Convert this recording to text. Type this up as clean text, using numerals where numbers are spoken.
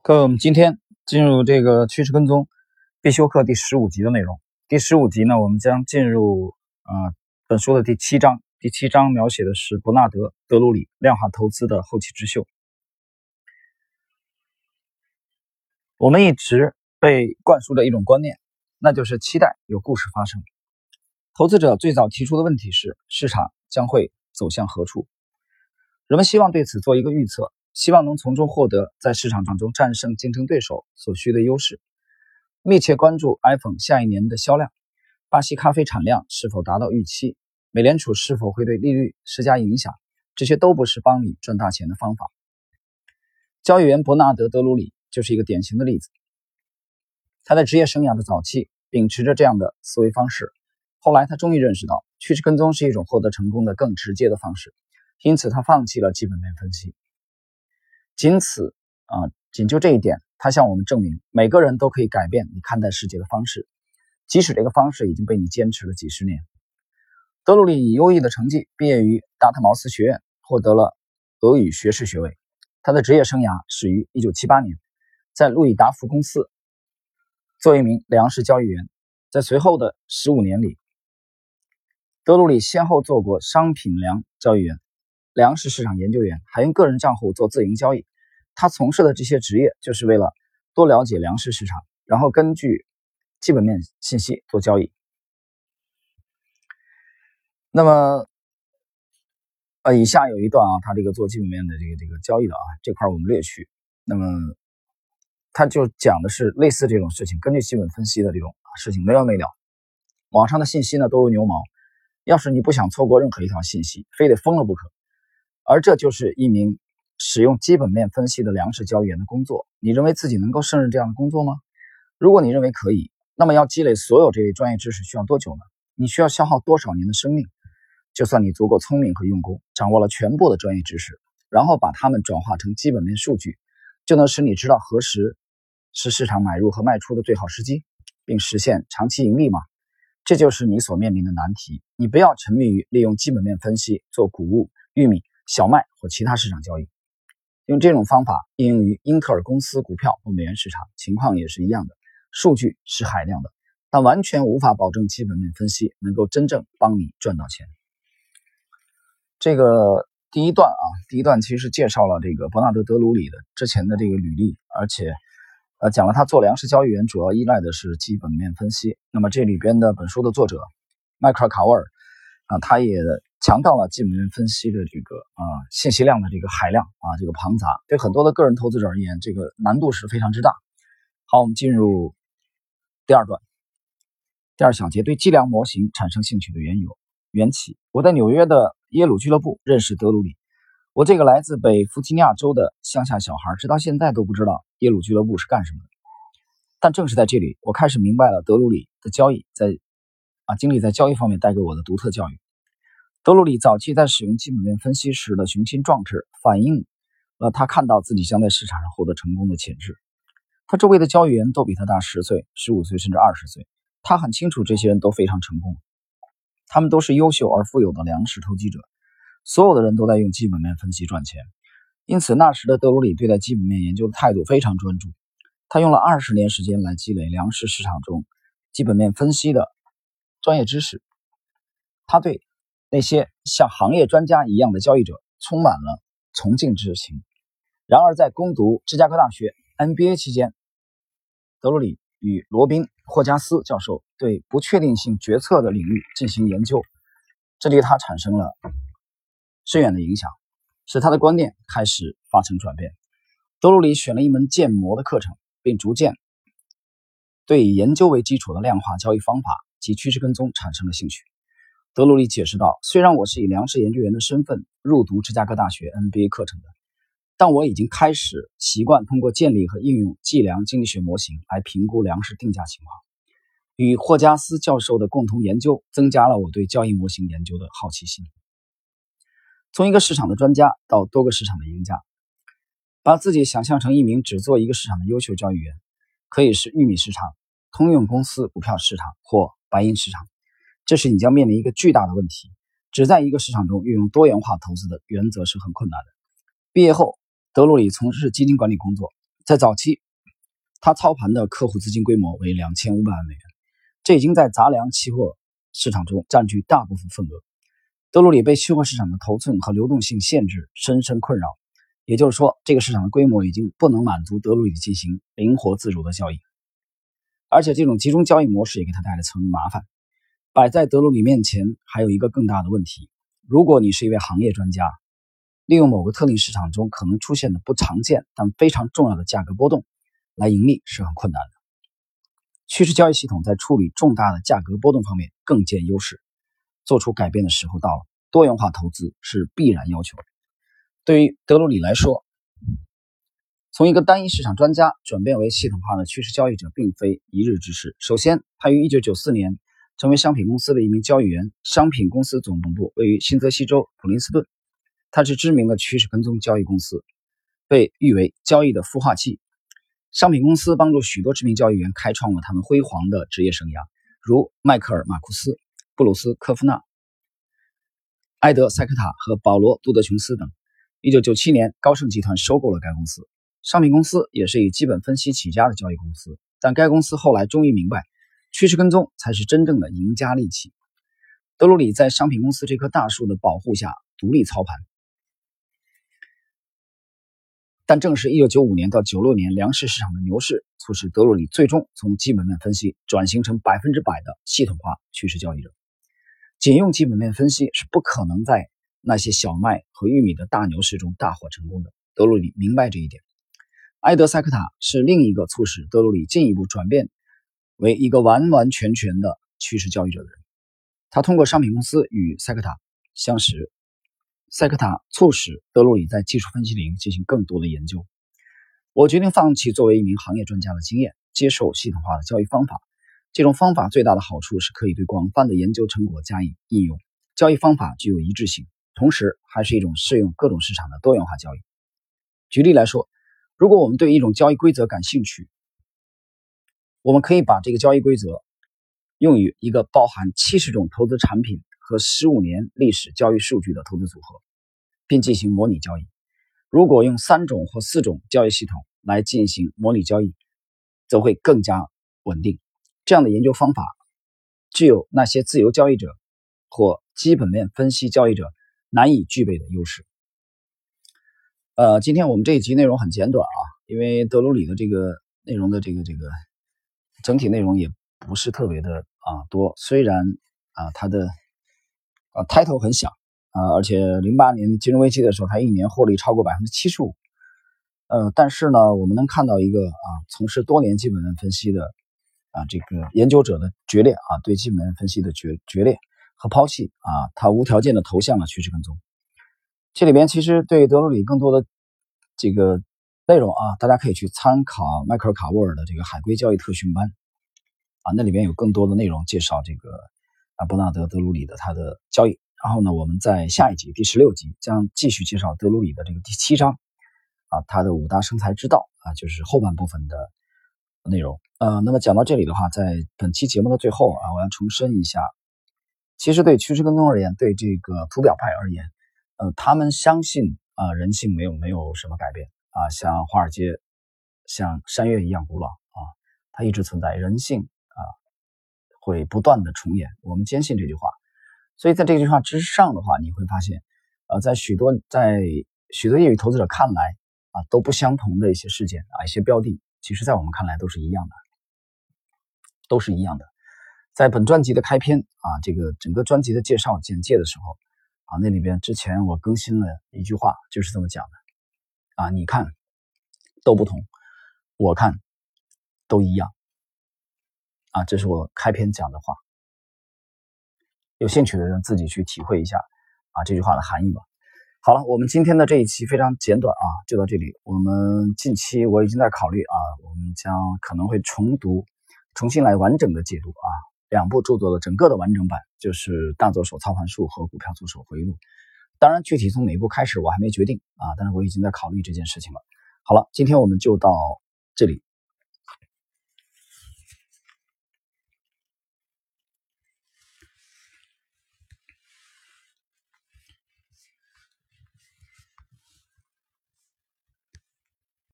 各位，我们今天进入这个趋势跟踪必修课第15集的内容。第15集呢，我们将进入本书的第7章。第7章描写的是伯纳德·德鲁里量化投资的后起之秀。我们一直被灌输着一种观念，那就是期待有故事发生。投资者最早提出的问题是：市场将会走向何处？人们希望对此做一个预测，希望能从中获得在市场中战胜竞争对手所需的优势。密切关注 iPhone 下一年的销量，巴西咖啡产量是否达到预期，美联储是否会对利率施加影响，这些都不是帮你赚大钱的方法。交易员伯纳德·德鲁里就是一个典型的例子。他在职业生涯的早期秉持着这样的思维方式，后来他终于认识到趋势跟踪是一种获得成功的更直接的方式，因此他放弃了基本面分析。仅就这一点，他向我们证明每个人都可以改变你看待世界的方式，即使这个方式已经被你坚持了几十年。德鲁里以优异的成绩毕业于达特茅斯学院，获得了俄语学士学位。他的职业生涯始于1978年，在路易达福公司做一名粮食交易员。在随后的15年里，德鲁里先后做过商品粮交易员、粮食市场研究员，还用个人账户做自营交易。他从事的这些职业就是为了多了解粮食市场，然后根据基本面信息做交易。那么以下有一段他这个做基本面的这个交易的这块我们略去。那么他就讲的是类似这种事情，根据基本分析的这种事情没完没了。网上的信息呢都如牛毛，要是你不想错过任何一条信息，非得疯了不可。而这就是一名使用基本面分析的粮食交易员的工作。你认为自己能够胜任这样的工作吗？如果你认为可以，那么要积累所有这些专业知识需要多久呢？你需要消耗多少年的生命？就算你足够聪明和用功，掌握了全部的专业知识，然后把它们转化成基本面数据，就能使你知道何时是市场买入和卖出的最好时机，并实现长期盈利吗？这就是你所面临的难题。你不要沉迷于利用基本面分析做谷物、玉米、小麦或其他市场交易。用这种方法应用于英特尔公司股票或美元市场，情况也是一样的。数据是海量的，但完全无法保证基本面分析能够真正帮你赚到钱。这个第一段其实介绍了这个伯纳德·德鲁里的之前的这个履历，而且讲了他做粮食交易员主要依赖的是基本面分析。那么这里边的本书的作者迈克尔·卡沃尔他也强调了基本面分析的这个信息量的这个海量这个庞杂，对很多的个人投资者而言，这个难度是非常之大。好，我们进入第二段，第二小节，对计量模型产生兴趣的缘起。我在纽约的耶鲁俱乐部认识德鲁里。我这个来自北弗吉尼亚州的乡下小孩，直到现在都不知道耶鲁俱乐部是干什么的。但正是在这里，我开始明白了德鲁里的交易经历在交易方面带给我的独特教育。德鲁里早期在使用基本面分析时的雄心壮志，反映了他看到自己将在市场上获得成功的潜质。他周围的交易员都比他大10岁、15岁甚至20岁，他很清楚这些人都非常成功，他们都是优秀而富有的粮食投机者，所有的人都在用基本面分析赚钱。因此那时的德鲁里对待基本面研究的态度非常专注，他用了20年时间来积累粮食市场中基本面分析的专业知识。他对那些像行业专家一样的交易者充满了崇敬之情。然而在攻读芝加哥大学 MBA 期间，德鲁里与罗宾·霍加斯教授对不确定性决策的领域进行研究，这对他产生了深远的影响，使他的观念开始发生转变。德鲁里选了一门建模的课程，并逐渐对以研究为基础的量化交易方法及趋势跟踪产生了兴趣。德鲁里解释道，虽然我是以粮食研究员的身份入读芝加哥大学 MBA 课程的，但我已经开始习惯通过建立和应用计量经济学模型来评估粮食定价情况。与霍加斯教授的共同研究增加了我对交易模型研究的好奇心。从一个市场的专家到多个市场的赢家，把自己想象成一名只做一个市场的优秀交易员，可以是玉米市场、通用公司股票市场或白银市场。这时你将面临一个巨大的问题，只在一个市场中运用多元化投资的原则是很困难的。毕业后，德鲁里从事基金管理工作， 在早期，他操盘的客户资金规模为2500万美元，这已经在杂粮期货市场中占据大部分份额。德鲁里被期货市场的头寸和流动性限制深深困扰，也就是说，这个市场的规模已经不能满足德鲁里进行灵活自如的交易，而且这种集中交易模式也给他带来层麻烦。摆在德鲁里面前还有一个更大的问题：如果你是一位行业专家，利用某个特定市场中可能出现的不常见但非常重要的价格波动来盈利是很困难的。趋势交易系统在处理重大的价格波动方面更见优势，做出改变的时候到了，多元化投资是必然要求。对于德鲁里来说，从一个单一市场专家转变为系统化的趋势交易者并非一日之事。首先，他于1994年成为商品公司的一名交易员，商品公司总部位于新泽西州普林斯顿，它是知名的趋势跟踪交易公司，被誉为交易的孵化器。商品公司帮助许多知名交易员开创了他们辉煌的职业生涯，如迈克尔·马库斯、布鲁斯·科夫纳、埃德·塞克塔和保罗·杜德琼斯等。1997年，高盛集团收购了该公司。商品公司也是以基本分析起家的交易公司，但该公司后来终于明白，趋势跟踪才是真正的赢家利器。德鲁里在商品公司这棵大树的保护下独立操盘，但正是1995年到96年粮食市场的牛市，促使德鲁里最终从基本面分析转型成100%的系统化趋势交易者。仅用基本面分析是不可能在那些小麦和玉米的大牛市中大获成功的，德鲁里明白这一点。埃德·塞克塔是另一个促使德鲁里进一步转变为一个完完全全的趋势交易者的人。他通过商品公司与塞克塔相识，塞克塔促使德鲁里在技术分析领域进行更多的研究。我决定放弃作为一名行业专家的经验，接受系统化的交易方法。这种方法最大的好处是可以对广泛的研究成果加以应用，交易方法具有一致性，同时还是一种适用各种市场的多元化交易。举例来说，如果我们对一种交易规则感兴趣，我们可以把这个交易规则用于一个包含70种投资产品和15年历史交易数据的投资组合，并进行模拟交易。如果用3种或4种交易系统来进行模拟交易，则会更加稳定。这样的研究方法具有那些自由交易者或基本面分析交易者难以具备的优势。今天我们这一集内容很简短啊，因为德鲁里的这个内容的这个整体内容也不是特别的多，虽然它的title 很响而且08年金融危机的时候，它一年获利超过75%。但是呢，我们能看到一个从事多年基本面分析的这个研究者的决裂对基本面分析的决裂和抛弃他无条件的投向了趋势跟踪。这里边其实对德鲁里更多的这个内容大家可以去参考迈克尔·卡沃尔的这个海归交易特训班那里边有更多的内容介绍这个伯纳德·德鲁里的他的交易。然后呢，我们在下一集第16集将继续介绍德鲁里的这个第7章他的5大生财之道就是后半部分的内容。那么讲到这里的话，在本期节目的最后我要重申一下，其实对趋势跟踪而言，对这个图表派而言，他们相信人性没有什么改变像华尔街、像山岳一样古老它一直存在，人性会不断的重演，我们坚信这句话。所以在这句话之上的话，你会发现在许多业余投资者看来都不相同的一些事件一些标的，其实在我们看来都是一样的。在本专辑的开篇这个整个专辑的介绍简介的时候那里边之前我更新了一句话，就是这么讲的你看都不同，我看都一样这是我开篇讲的话。有兴趣的人自己去体会一下这句话的含义吧。好了，我们今天的这一期非常简短就到这里。我们近期我已经在考虑我们将可能会重新来完整的解读2部著作的整个的完整版，就是《大作手操盘术》和《股票作手回忆录》。当然具体从哪一部开始我还没决定但是我已经在考虑这件事情了。好了，今天我们就到这里。